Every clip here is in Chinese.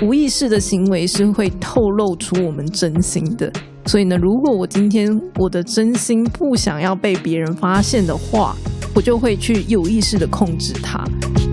无意识的行为是会透露出我们真心的。所以呢，如果我今天我的真心不想要被别人发现的话，我就会去有意识的控制它。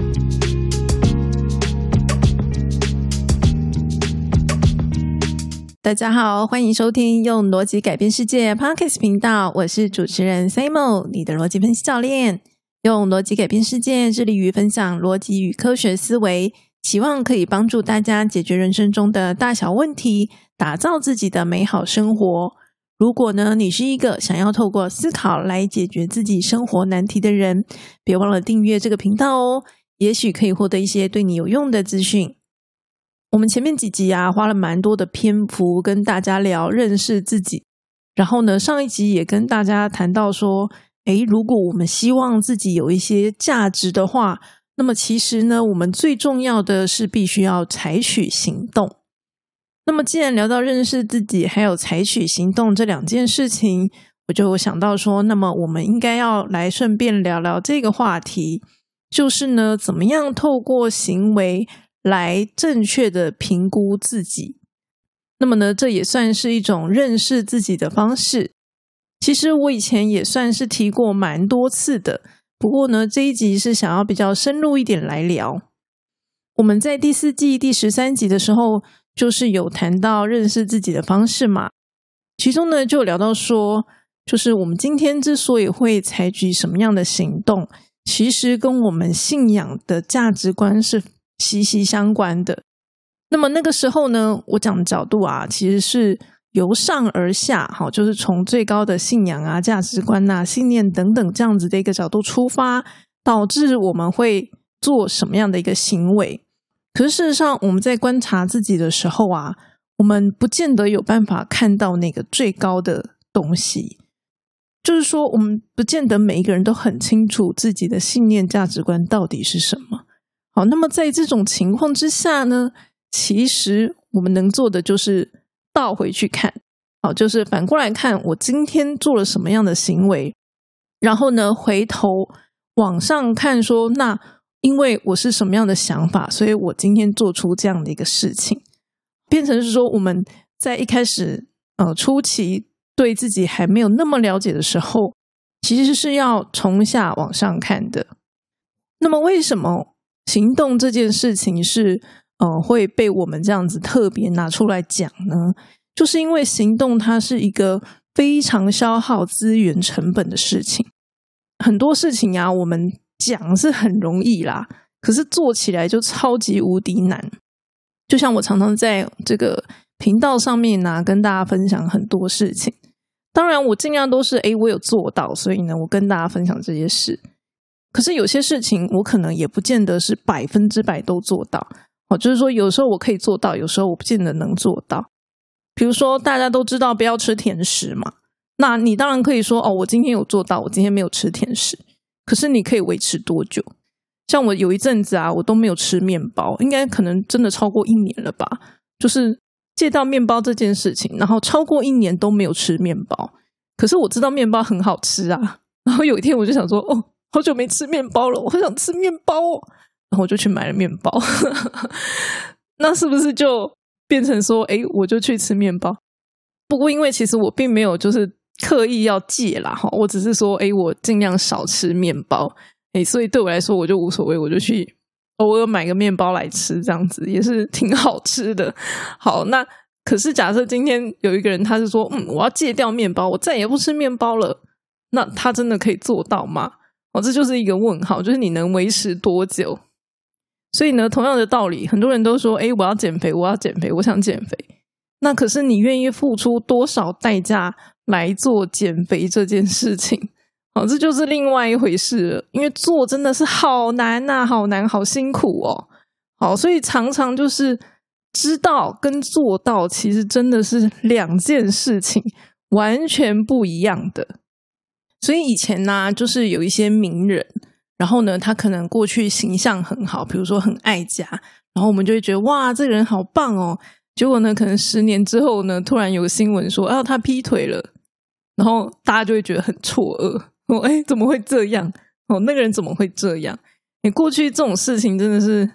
大家好，欢迎收听用逻辑改变世界 Podcast 频道，我是主持人 Samo， 你的逻辑分析教练。用逻辑改变世界，致力于分享逻辑与科学思维，希望可以帮助大家解决人生中的大小问题，打造自己的美好生活。如果呢，你是一个想要透过思考来解决自己生活难题的人，别忘了订阅这个频道哦，也许可以获得一些对你有用的资讯。我们前面几集花了蛮多的篇幅跟大家聊认识自己，然后呢，上一集也跟大家谈到说，如果我们希望自己有一些价值的话，那么其实呢，我们最重要的是必须要采取行动。那么既然聊到认识自己还有采取行动这两件事情，我就想到说，那么我们应该要来顺便聊聊这个话题，就是呢，怎么样透过行为来正确的评估自己。那么呢，这也算是一种认识自己的方式。其实我以前也算是提过蛮多次的，不过呢，这一集是想要比较深入一点来聊。我们在第4季第13集的时候，就是有谈到认识自己的方式嘛，其中呢就有聊到说，就是我们今天之所以会采取什么样的行动，其实跟我们信仰的价值观是息息相关的。那么那个时候呢，我讲的角度其实是由上而下，就是从最高的信仰价值观信念等等这样子的一个角度出发，导致我们会做什么样的一个行为。可是事实上，我们在观察自己的时候我们不见得有办法看到那个最高的东西。就是说，我们不见得每一个人都很清楚自己的信念价值观到底是什么。好，那么在这种情况之下呢，其实我们能做的就是倒回去看，好，就是反过来看我今天做了什么样的行为，然后呢回头往上看说，那因为我是什么样的想法，所以我今天做出这样的一个事情，变成是说我们在一开始初期对自己还没有那么了解的时候，其实是要从下往上看的。那么为什么行动这件事情是会被我们这样子特别拿出来讲呢？就是因为行动它是一个非常消耗资源成本的事情。很多事情我们讲是很容易啦，可是做起来就超级无敌难。就像我常常在这个频道上面跟大家分享很多事情，当然我尽量都是我有做到，所以呢我跟大家分享这些事。可是有些事情我可能也不见得是100%都做到，就是说有时候我可以做到，有时候我不见得能做到。比如说大家都知道不要吃甜食嘛，那你当然可以说我今天有做到，我今天没有吃甜食，可是你可以维持多久？像我有一阵子我都没有吃面包，应该可能真的超过1年了吧，就是戒掉面包这件事情，然后超过1年都没有吃面包。可是我知道面包很好吃然后有一天我就想说好久没吃面包了，我好想吃面包然后我就去买了面包那是不是就变成说我就去吃面包？不过因为其实我并没有就是刻意要戒啦，我只是说我尽量少吃面包，所以对我来说我就无所谓，我就去偶尔买个面包来吃，这样子也是挺好吃的。好，那可是假设今天有一个人他是说我要戒掉面包，我再也不吃面包了，那他真的可以做到吗？这就是一个问号，就是你能维持多久？所以呢，同样的道理，很多人都说我要减肥，我要减肥，我想减肥。那可是你愿意付出多少代价来做减肥这件事情？这就是另外一回事了，因为做真的是好难好难，好辛苦好，所以常常就是知道跟做到其实真的是两件事情，完全不一样的。所以以前就是有一些名人，然后呢他可能过去形象很好，比如说很爱家，然后我们就会觉得哇这个人好棒结果呢可能10年之后呢突然有个新闻说他劈腿了，然后大家就会觉得很错愕怎么会这样那个人怎么会这样？过去这种事情真的是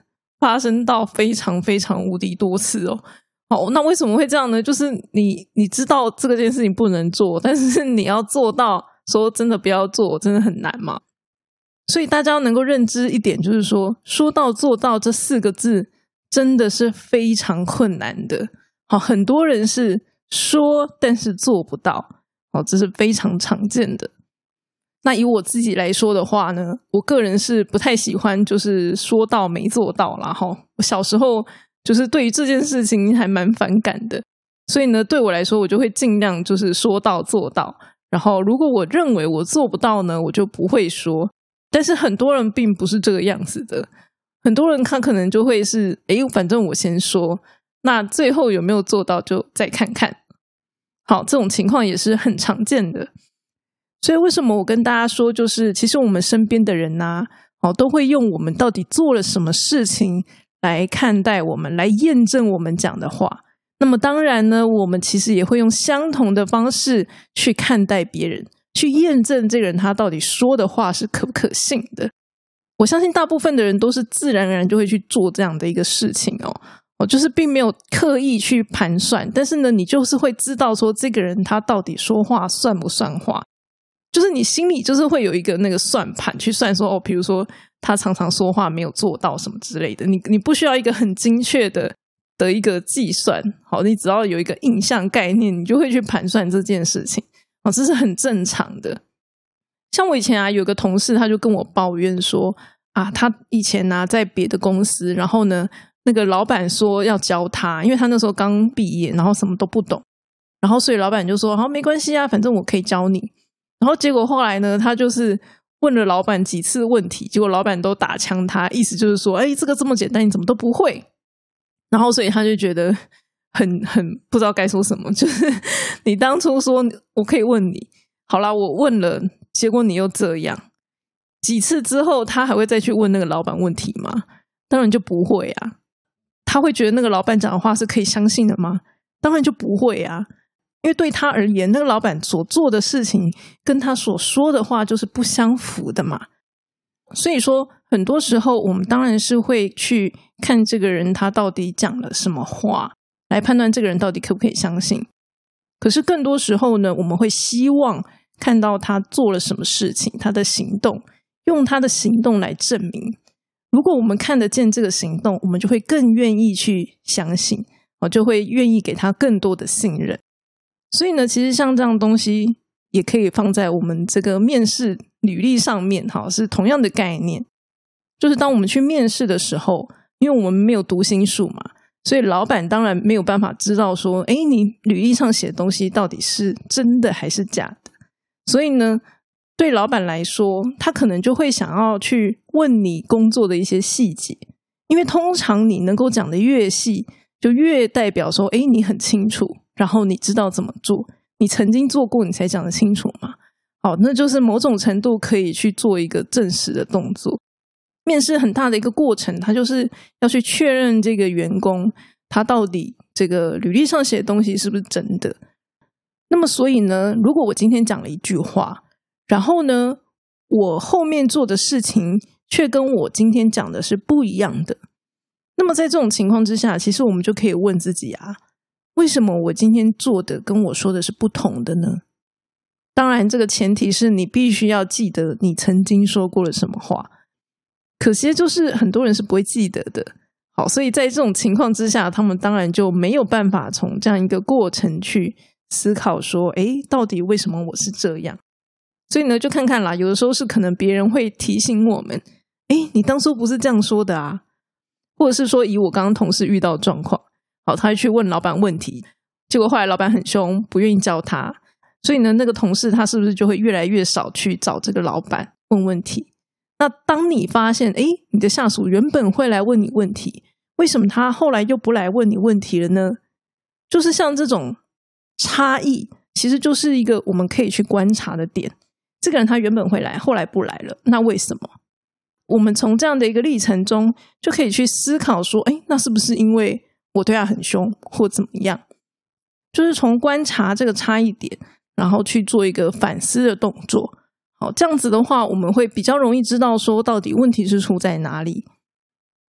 发生到非常非常无敌多次哦。好，那为什么会这样呢？就是你知道这件事情不能做，但是你要做到说真的不要做，真的很难嘛。所以大家要能够认知一点，就是说到做到这4个字真的是非常困难的。好，很多人是说但是做不到，好，这是非常常见的。那以我自己来说的话呢，我个人是不太喜欢就是说到没做到啦齁。我小时候就是对于这件事情还蛮反感的，所以呢对我来说我就会尽量就是说到做到，然后如果我认为我做不到呢，我就不会说。但是很多人并不是这个样子的，很多人他可能就会是反正我先说，那最后有没有做到就再看看。好，这种情况也是很常见的。所以为什么我跟大家说，就是其实我们身边的人啊，都会用我们到底做了什么事情来看待我们，来验证我们讲的话。那么当然呢，我们其实也会用相同的方式去看待别人，去验证这个人他到底说的话是可不可信的。我相信大部分的人都是自然而然就会去做这样的一个事情就是并没有刻意去盘算，但是呢你就是会知道说这个人他到底说话算不算话，就是你心里就是会有一个那个算盘去算说比如说他常常说话没有做到什么之类的，你不需要一个很精确的一个计算，好，你只要有一个印象概念，你就会去盘算这件事情，这是很正常的。像我以前有个同事他就跟我抱怨说他以前在别的公司，然后呢那个老板说要教他，因为他那时候刚毕业，然后什么都不懂，然后所以老板就说好没关系反正我可以教你。然后结果后来呢他就是问了老板几次问题，结果老板都打枪他，意思就是说这个这么简单你怎么都不会。然后所以他就觉得很不知道该说什么，就是你当初说我可以问你，好啦我问了，结果你又这样。几次之后他还会再去问那个老板问题吗？当然就不会啊。他会觉得那个老板讲的话是可以相信的吗？当然就不会啊。因为对他而言，那个老板所做的事情跟他所说的话就是不相符的嘛。所以说很多时候我们当然是会去看这个人他到底讲了什么话，来判断这个人到底可不可以相信。可是更多时候呢，我们会希望看到他做了什么事情，他的行动，用他的行动来证明。如果我们看得见这个行动，我们就会更愿意去相信，就会愿意给他更多的信任。所以呢其实像这样的东西也可以放在我们这个面试履历上面，是同样的概念。就是当我们去面试的时候，因为我们没有读心术嘛，所以老板当然没有办法知道说你履历上写的东西到底是真的还是假的。所以呢对老板来说，他可能就会想要去问你工作的一些细节，因为通常你能够讲的越细，就越代表说你很清楚，然后你知道怎么做，你曾经做过你才讲得清楚嘛。好，那就是某种程度可以去做一个证实的动作。面试很大的一个过程，它就是要去确认这个员工他到底这个履历上写的东西是不是真的。那么所以呢，如果我今天讲了一句话，然后呢我后面做的事情却跟我今天讲的是不一样的，那么在这种情况之下，其实我们就可以问自己为什么我今天做的跟我说的是不同的呢？当然这个前提是你必须要记得你曾经说过了什么话，可惜就是很多人是不会记得的。好，所以在这种情况之下，他们当然就没有办法从这样一个过程去思考说到底为什么我是这样。所以呢就看看啦，有的时候是可能别人会提醒我们你当初不是这样说的或者是说以我刚刚同事遇到的状况，好，他去问老板问题，结果后来老板很凶，不愿意教他，所以呢那个同事他是不是就会越来越少去找这个老板问问题。那当你发现你的下属原本会来问你问题，为什么他后来又不来问你问题了呢？就是像这种差异其实就是一个我们可以去观察的点。这个人他原本会来，后来不来了，那为什么？我们从这样的一个历程中就可以去思考说那是不是因为我对他很凶或怎么样，就是从观察这个差异点，然后去做一个反思的动作。好，这样子的话我们会比较容易知道说到底问题是出在哪里。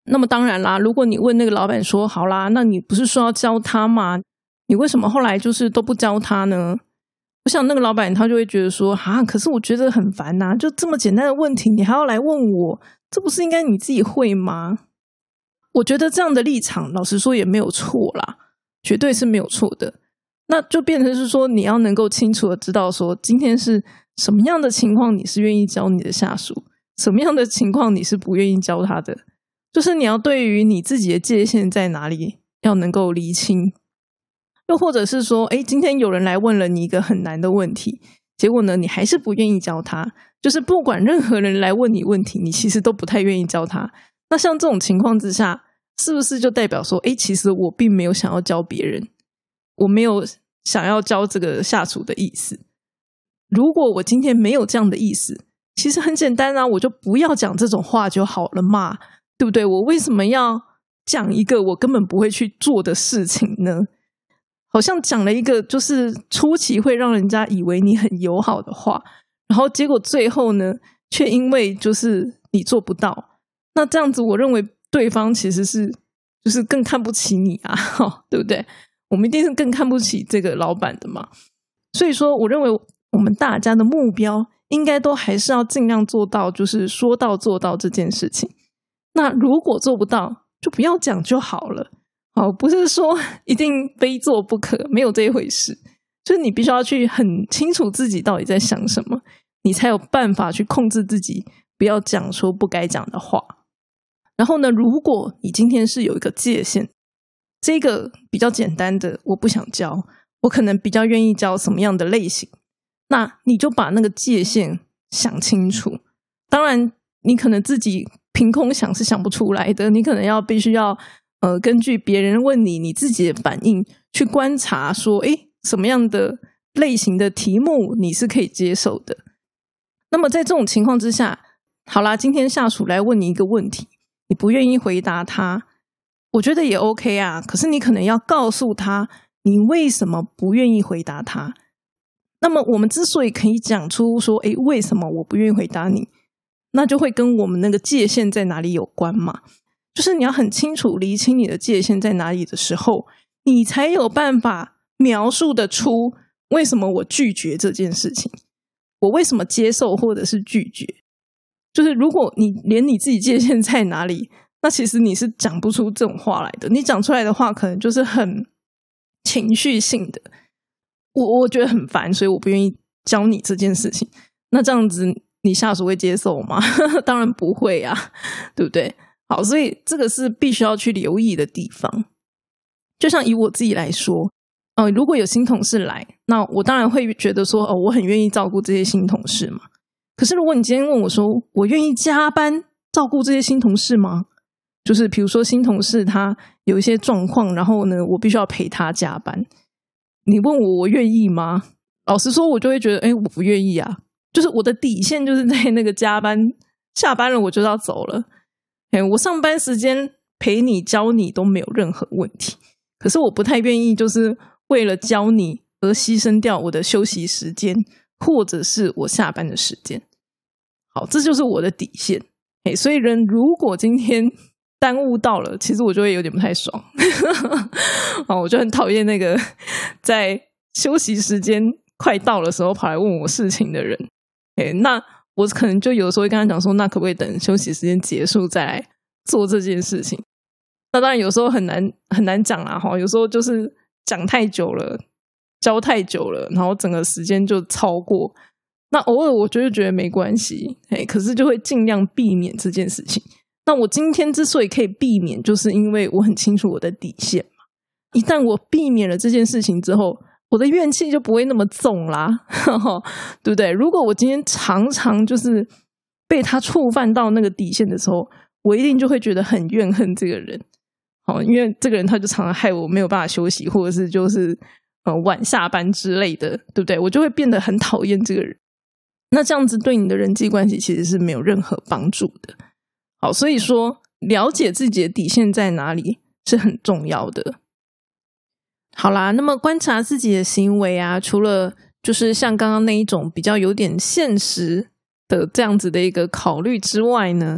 那么当然啦，如果你问那个老板说，好啦，那你不是说要教他吗？你为什么后来就是都不教他呢？我想那个老板他就会觉得说，可是我觉得很烦啊，就这么简单的问题你还要来问我，这不是应该你自己会吗？我觉得这样的立场老实说也没有错啦，绝对是没有错的。那就变成是说，你要能够清楚的知道说，今天是什么样的情况你是愿意教你的下属，什么样的情况你是不愿意教他的，就是你要对于你自己的界限在哪里要能够厘清。又或者是说，今天有人来问了你一个很难的问题，结果呢你还是不愿意教他，就是不管任何人来问你问题，你其实都不太愿意教他。那像这种情况之下，是不是就代表说，其实我并没有想要教别人，我没有想要教这个下属的意思。如果我今天没有这样的意思，其实很简单啊，我就不要讲这种话就好了嘛，对不对？我为什么要讲一个我根本不会去做的事情呢？好像讲了一个就是初期会让人家以为你很友好的话，然后结果最后呢却因为就是你做不到，那这样子我认为对方其实是就是更看不起你啊，对不对？我们一定是更看不起这个老板的嘛。所以说我认为我们大家的目标应该都还是要尽量做到就是说到做到这件事情。那如果做不到就不要讲就好了，不是说一定非做不可，没有这一回事。就是你必须要去很清楚自己到底在想什么，你才有办法去控制自己不要讲说不该讲的话。然后呢，如果你今天是有一个界限，这个比较简单的我不想教，我可能比较愿意教什么样的类型，那你就把那个界限想清楚。当然你可能自己凭空想是想不出来的，你可能必须要根据别人问你，你自己的反应去观察说，什么样的类型的题目你是可以接受的。那么在这种情况之下，好啦，今天下属来问你一个问题，你不愿意回答他，我觉得也 OK 啊，可是你可能要告诉他你为什么不愿意回答他。那么我们之所以可以讲出说为什么我不愿意回答你，那就会跟我们那个界限在哪里有关嘛。就是你要很清楚厘清你的界限在哪里的时候，你才有办法描述得出为什么我拒绝这件事情，我为什么接受或者是拒绝。就是如果你连你自己界限在哪里，那其实你是讲不出这种话来的，你讲出来的话可能就是很情绪性的，我觉得很烦，所以我不愿意教你这件事情。那这样子你下属会接受吗？当然不会啊，对不对？好，所以这个是必须要去留意的地方。就像以我自己来说，如果有新同事来，那我当然会觉得说，我很愿意照顾这些新同事嘛。可是如果你今天问我说，我愿意加班照顾这些新同事吗？就是比如说新同事他有一些状况，然后呢我必须要陪他加班，你问我愿意吗？老实说我就会觉得我不愿意啊，就是我的底线就是在那个加班，下班了我就要走了。我上班时间陪你教你都没有任何问题，可是我不太愿意就是为了教你而牺牲掉我的休息时间或者是我下班的时间。好，这就是我的底线。所以人如果今天耽误到了，其实我就会有点不太爽我就很讨厌那个在休息时间快到的时候跑来问我事情的人。那我可能就有时候会跟他讲说，那可不可以等休息时间结束再来做这件事情。那当然有时候很难讲啦，有时候就是讲太久了，教太久了，然后整个时间就超过，那偶尔我就觉得没关系，可是就会尽量避免这件事情。那我今天之所以可以避免，就是因为我很清楚我的底线嘛。一旦我避免了这件事情之后，我的怨气就不会那么重啦对不对？如果我今天常常就是被他触犯到那个底线的时候，我一定就会觉得很怨恨这个人。因为这个人他就常常害我没有办法休息，或者是就是晚下班之类的，对不对？我就会变得很讨厌这个人。那这样子对你的人际关系其实是没有任何帮助的。好，所以说了解自己的底线在哪里是很重要的。好啦，那么观察自己的行为啊，除了就是像刚刚那一种比较有点现实的这样子的一个考虑之外呢，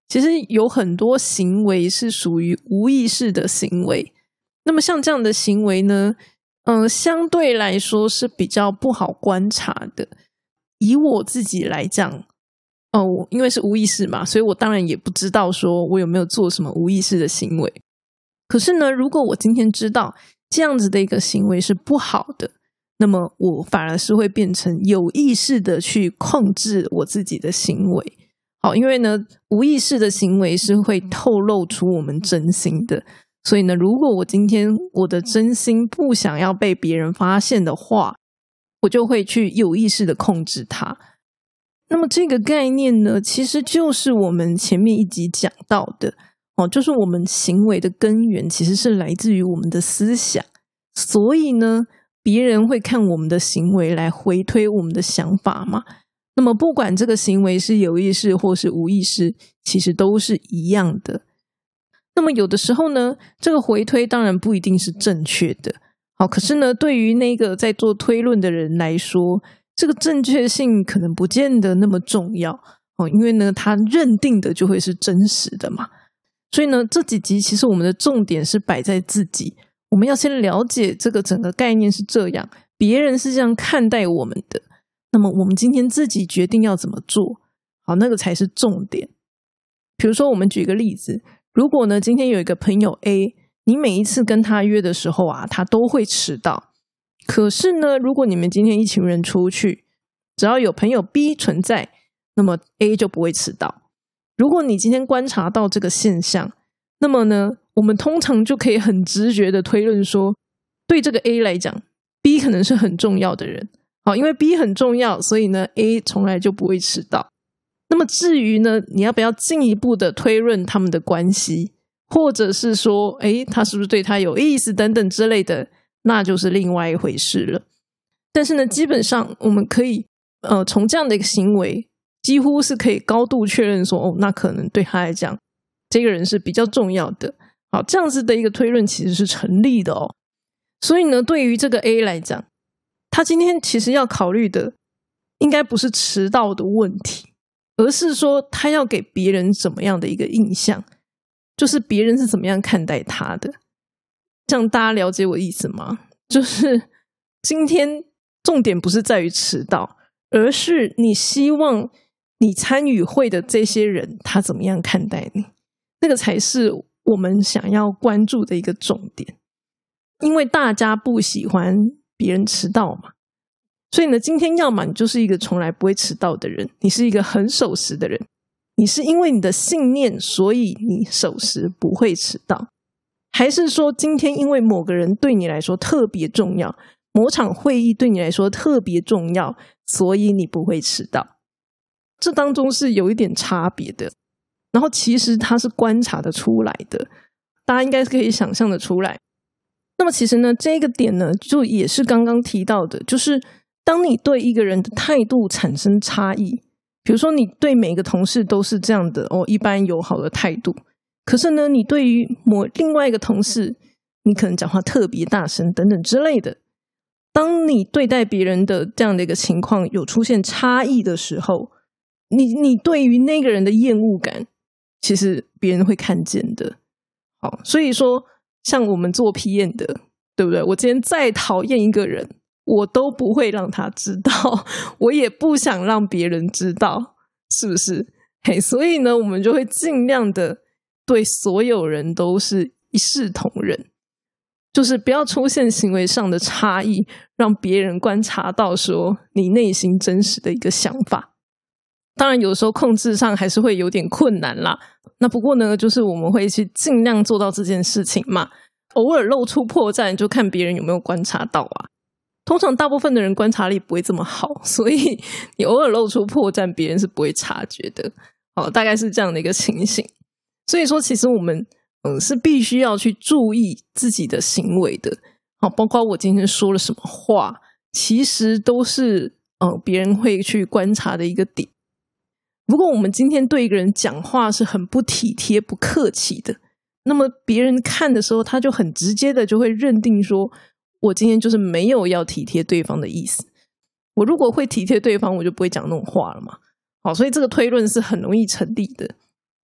其实有很多行为是属于无意识的行为。那么像这样的行为呢，相对来说是比较不好观察的。以我自己来讲，因为是无意识嘛，所以我当然也不知道说我有没有做什么无意识的行为。可是呢，如果我今天知道这样子的一个行为是不好的，那么我反而是会变成有意识的去控制我自己的行为。好，因为呢，无意识的行为是会透露出我们真心的。所以呢，如果我今天我的真心不想要被别人发现的话，我就会去有意识的控制它。那么这个概念呢，其实就是我们前面一集讲到的，就是我们行为的根源其实是来自于我们的思想。所以呢，别人会看我们的行为来回推我们的想法嘛。那么不管这个行为是有意识或是无意识，其实都是一样的。那么有的时候呢，这个回推当然不一定是正确的。好，可是呢，对于那个在做推论的人来说，这个正确性可能不见得那么重要。因为呢，他认定的就会是真实的嘛。所以呢，这几集其实我们的重点是摆在自己。我们要先了解这个整个概念是这样，别人是这样看待我们的。那么我们今天自己决定要怎么做，好，那个才是重点。比如说我们举个例子，如果呢今天有一个朋友 A， 你每一次跟他约的时候啊，他都会迟到。可是呢，如果你们今天一群人出去，只要有朋友 B 存在，那么 A 就不会迟到。如果你今天观察到这个现象，那么呢，我们通常就可以很直觉的推论说，对这个 A 来讲， B 可能是很重要的人。好，因为 B 很重要，所以呢 A 从来就不会迟到。那么至于呢，你要不要进一步的推论他们的关系，或者是说他是不是对他有意思等等之类的，那就是另外一回事了。但是呢，基本上我们可以从这样的一个行为几乎是可以高度确认说，那可能对他来讲这个人是比较重要的。好，这样子的一个推论其实是成立的哦。所以呢，对于这个 A 来讲，他今天其实要考虑的应该不是迟到的问题，而是说他要给别人怎么样的一个印象，就是别人是怎么样看待他的。这样大家了解我的意思吗？就是今天重点不是在于迟到，而是你希望你参与会的这些人他怎么样看待你，那个才是我们想要关注的一个重点。因为大家不喜欢别人迟到嘛，所以呢，今天要么你就是一个从来不会迟到的人，你是一个很守时的人，你是因为你的信念所以你守时不会迟到，还是说今天因为某个人对你来说特别重要，某场会议对你来说特别重要，所以你不会迟到。这当中是有一点差别的，然后其实它是观察得出来的，大家应该是可以想象得出来。那么其实呢，这个点呢，就也是刚刚提到的，就是当你对一个人的态度产生差异，比如说你对每个同事都是这样的一般友好的态度，可是呢，你对于另外一个同事，你可能讲话特别大声等等之类的。当你对待别人的这样的一个情况有出现差异的时候，你对于那个人的厌恶感，其实别人会看见的。好，所以说像我们做 PM 的，对不对？我今天再讨厌一个人，我都不会让他知道，我也不想让别人知道，是不是？所以呢，我们就会尽量的对所有人都是一视同仁，就是不要出现行为上的差异，让别人观察到说你内心真实的一个想法。当然有时候控制上还是会有点困难啦，那不过呢，就是我们会去尽量做到这件事情嘛。偶尔露出破绽，就看别人有没有观察到啊。通常大部分的人观察力不会这么好，所以你偶尔露出破绽，别人是不会察觉的。好，大概是这样的一个情形。所以说其实我们是必须要去注意自己的行为的。好，包括我今天说了什么话，其实都是别人会去观察的一个点。如果我们今天对一个人讲话是很不体贴不客气的，那么别人看的时候他就很直接的就会认定说，我今天就是没有要体贴对方的意思。我如果会体贴对方，我就不会讲那种话了嘛。好，所以这个推论是很容易成立的。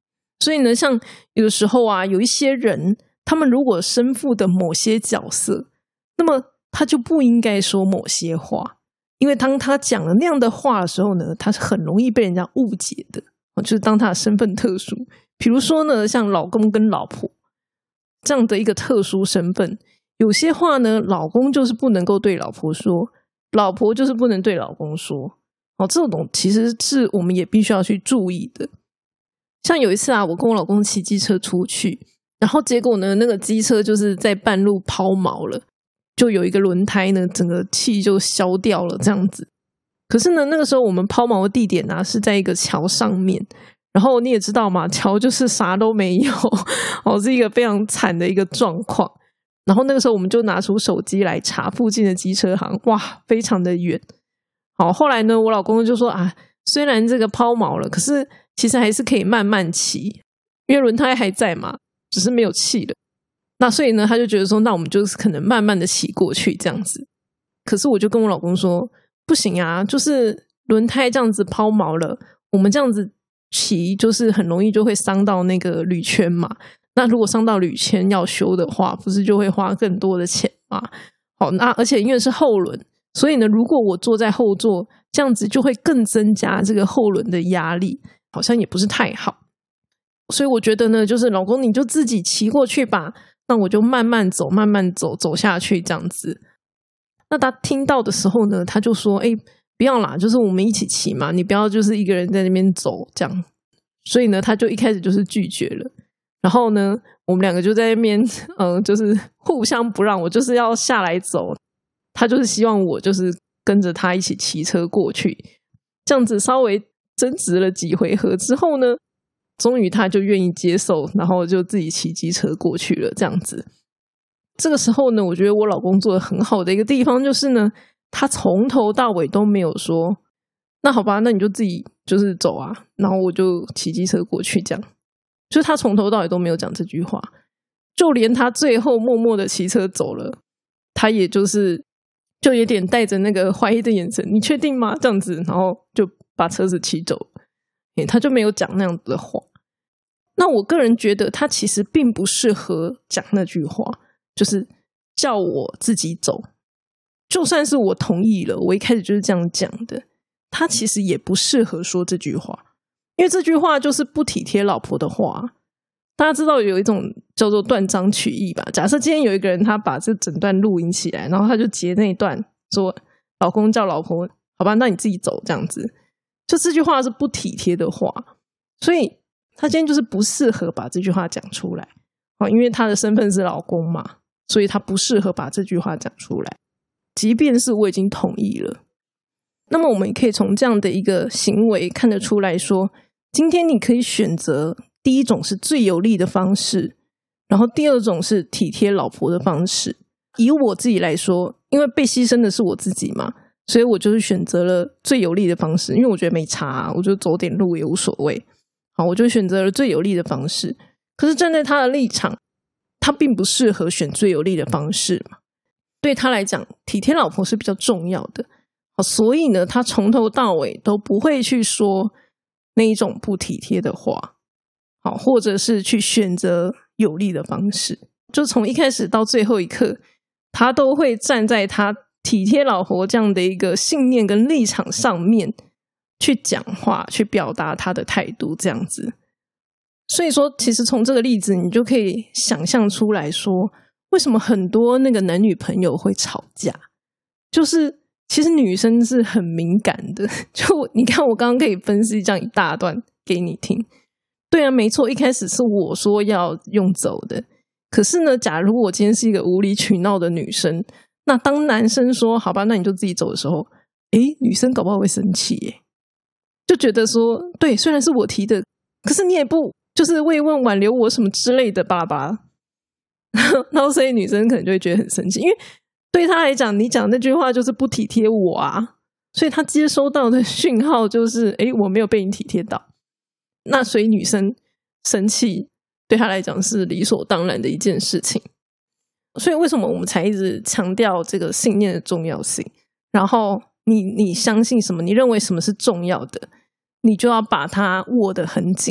所以呢，像有的时候啊，有一些人他们如果身负的某些角色，那么他就不应该说某些话，因为当他讲了那样的话的时候呢，他是很容易被人家误解的，就是当他的身份特殊，比如说呢，像老公跟老婆这样的一个特殊身份，有些话呢，老公就是不能够对老婆说，老婆就是不能对老公说，这种其实是我们也必须要去注意的。像有一次啊，我跟我老公骑机车出去，然后结果呢，那个机车就是在半路抛锚了，就有一个轮胎呢，整个气就消掉了这样子。可是呢，那个时候我们抛锚的地点啊是在一个桥上面，然后你也知道嘛，桥就是啥都没有是一个非常惨的一个状况。然后那个时候我们就拿出手机来查附近的机车行，哇，非常的远。好，后来呢，我老公就说啊，虽然这个抛锚了，可是其实还是可以慢慢骑，因为轮胎还在嘛，只是没有气了。那所以呢，他就觉得说，那我们就是可能慢慢的骑过去这样子。可是我就跟我老公说，不行啊，就是轮胎这样子抛锚了，我们这样子骑就是很容易就会伤到那个铝圈嘛。那如果伤到铝圈要修的话，不是就会花更多的钱吗？好，那而且因为是后轮，所以呢，如果我坐在后座，这样子就会更增加这个后轮的压力，好像也不是太好。所以我觉得呢，就是老公你就自己骑过去吧，那我就慢慢走慢慢走走下去这样子。那他听到的时候呢，他就说不要啦，就是我们一起骑嘛，你不要就是一个人在那边走这样。所以呢，他就一开始就是拒绝了。然后呢，我们两个就在那边就是互相不让，我就是要下来走，他就是希望我就是跟着他一起骑车过去。这样子稍微争执了几回合之后呢，终于他就愿意接受，然后就自己骑机车过去了这样子。这个时候呢，我觉得我老公做得很好的一个地方就是呢，他从头到尾都没有说那好吧，那你就自己就是走啊，然后我就骑机车过去这样。就是他从头到尾都没有讲这句话，就连他最后默默的骑车走了，他也就有点带着那个怀疑的眼神，你确定吗？这样子，然后就把车子骑走，他就没有讲那样子的话。那我个人觉得他其实并不适合讲那句话，就是叫我自己走。就算是我同意了，我一开始就是这样讲的，他其实也不适合说这句话。因为这句话就是不体贴老婆的话。大家知道有一种叫做断章取义吧，假设今天有一个人他把这整段录音起来，然后他就截那一段说老公叫老婆好吧，那你自己走这样子，就这句话是不体贴的话，所以他今天就是不适合把这句话讲出来。因为他的身份是老公嘛，所以他不适合把这句话讲出来，即便是我已经同意了。那么我们也可以从这样的一个行为看得出来说，今天你可以选择第一种是最有利的方式，然后第二种是体贴老婆的方式。以我自己来说，因为被牺牲的是我自己嘛，所以我就是选择了最有利的方式，因为我觉得没差我就走点路也无所谓。好，我就选择了最有利的方式。可是站在他的立场，他并不适合选最有利的方式嘛。对他来讲，体贴老婆是比较重要的。好，所以呢，他从头到尾都不会去说那一种不体贴的话，好，或者是去选择有利的方式。就从一开始到最后一刻，他都会站在他体贴老婆这样的一个信念跟立场上面去讲话，去表达他的态度这样子。所以说其实从这个例子你就可以想象出来说，为什么很多那个男女朋友会吵架，就是其实女生是很敏感的。就你看我刚刚可以分析这样一大段给你听，对啊，没错，一开始是我说要用走的，可是呢，假如我今天是一个无理取闹的女生，那当男生说好吧那你就自己走的时候，女生搞不好会生气耶，就觉得说对，虽然是我提的，可是你也不就是慰问挽留我什么之类的巴拉巴拉然后所以女生可能就会觉得很生气，因为对他来讲你讲那句话就是不体贴我啊，所以他接收到的讯号就是我没有被你体贴到，那所以女生生气对他来讲是理所当然的一件事情。所以为什么我们才一直强调这个信念的重要性，然后你相信什么，你认为什么是重要的，你就要把它握得很紧，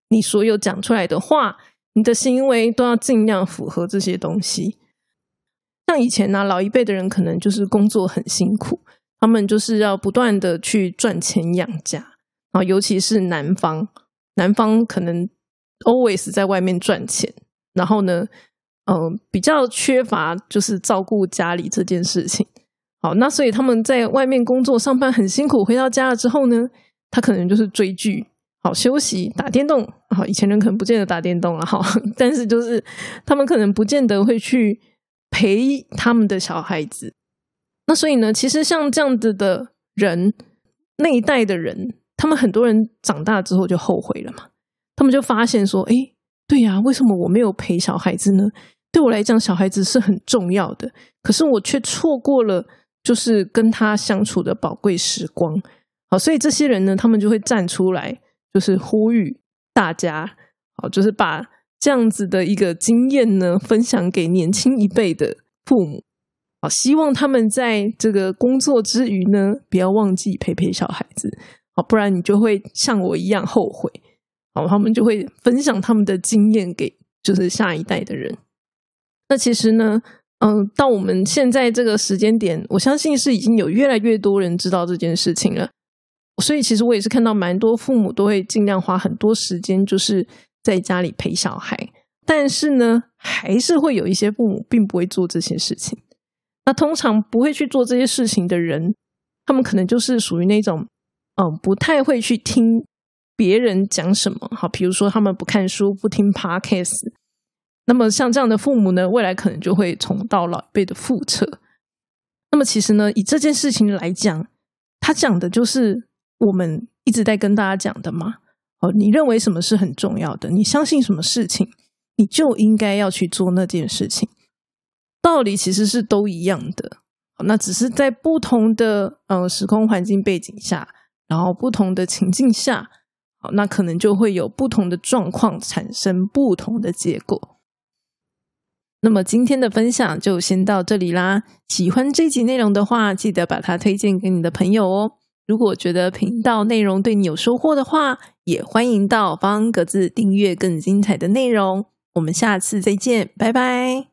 你所有讲出来的话，你的行为都要尽量符合这些东西。像以前老一辈的人可能就是工作很辛苦，他们就是要不断的去赚钱养家，然后尤其是南方可能 always 在外面赚钱，然后呢比较缺乏就是照顾家里这件事情。好，那所以他们在外面工作上班很辛苦，回到家了之后呢，他可能就是追剧，好休息，打电动。好，以前人可能不见得打电动了哈，但是就是他们可能不见得会去陪他们的小孩子。那所以呢，其实像这样子的人，那一代的人，他们很多人长大之后就后悔了嘛，他们就发现说，诶，对呀，为什么我没有陪小孩子呢？对我来讲，小孩子是很重要的，可是我却错过了就是跟他相处的宝贵时光。好，所以这些人呢，他们就会站出来，就是呼吁大家，好，就是把这样子的一个经验呢，分享给年轻一辈的父母。好，希望他们在这个工作之余呢，不要忘记陪陪小孩子。好，不然你就会像我一样后悔。好，他们就会分享他们的经验给就是下一代的人。那其实呢，到我们现在这个时间点，我相信是已经有越来越多人知道这件事情了。所以其实我也是看到蛮多父母都会尽量花很多时间就是在家里陪小孩，但是呢，还是会有一些父母并不会做这些事情。那通常不会去做这些事情的人，他们可能就是属于那种不太会去听别人讲什么。好，比如说他们不看书，不听 podcast。那么像这样的父母呢，未来可能就会重蹈老一辈的覆辙。那么其实呢，以这件事情来讲，他讲的就是我们一直在跟大家讲的嘛。你认为什么是很重要的，你相信什么事情，你就应该要去做那件事情。道理其实是都一样的，那只是在不同的时空环境背景下，然后不同的情境下，好，那可能就会有不同的状况产生不同的结果。那么今天的分享就先到这里啦，喜欢这集内容的话，记得把它推荐给你的朋友哦。如果觉得频道内容对你有收获的话，也欢迎到方格子订阅更精彩的内容。我们下次再见，拜拜。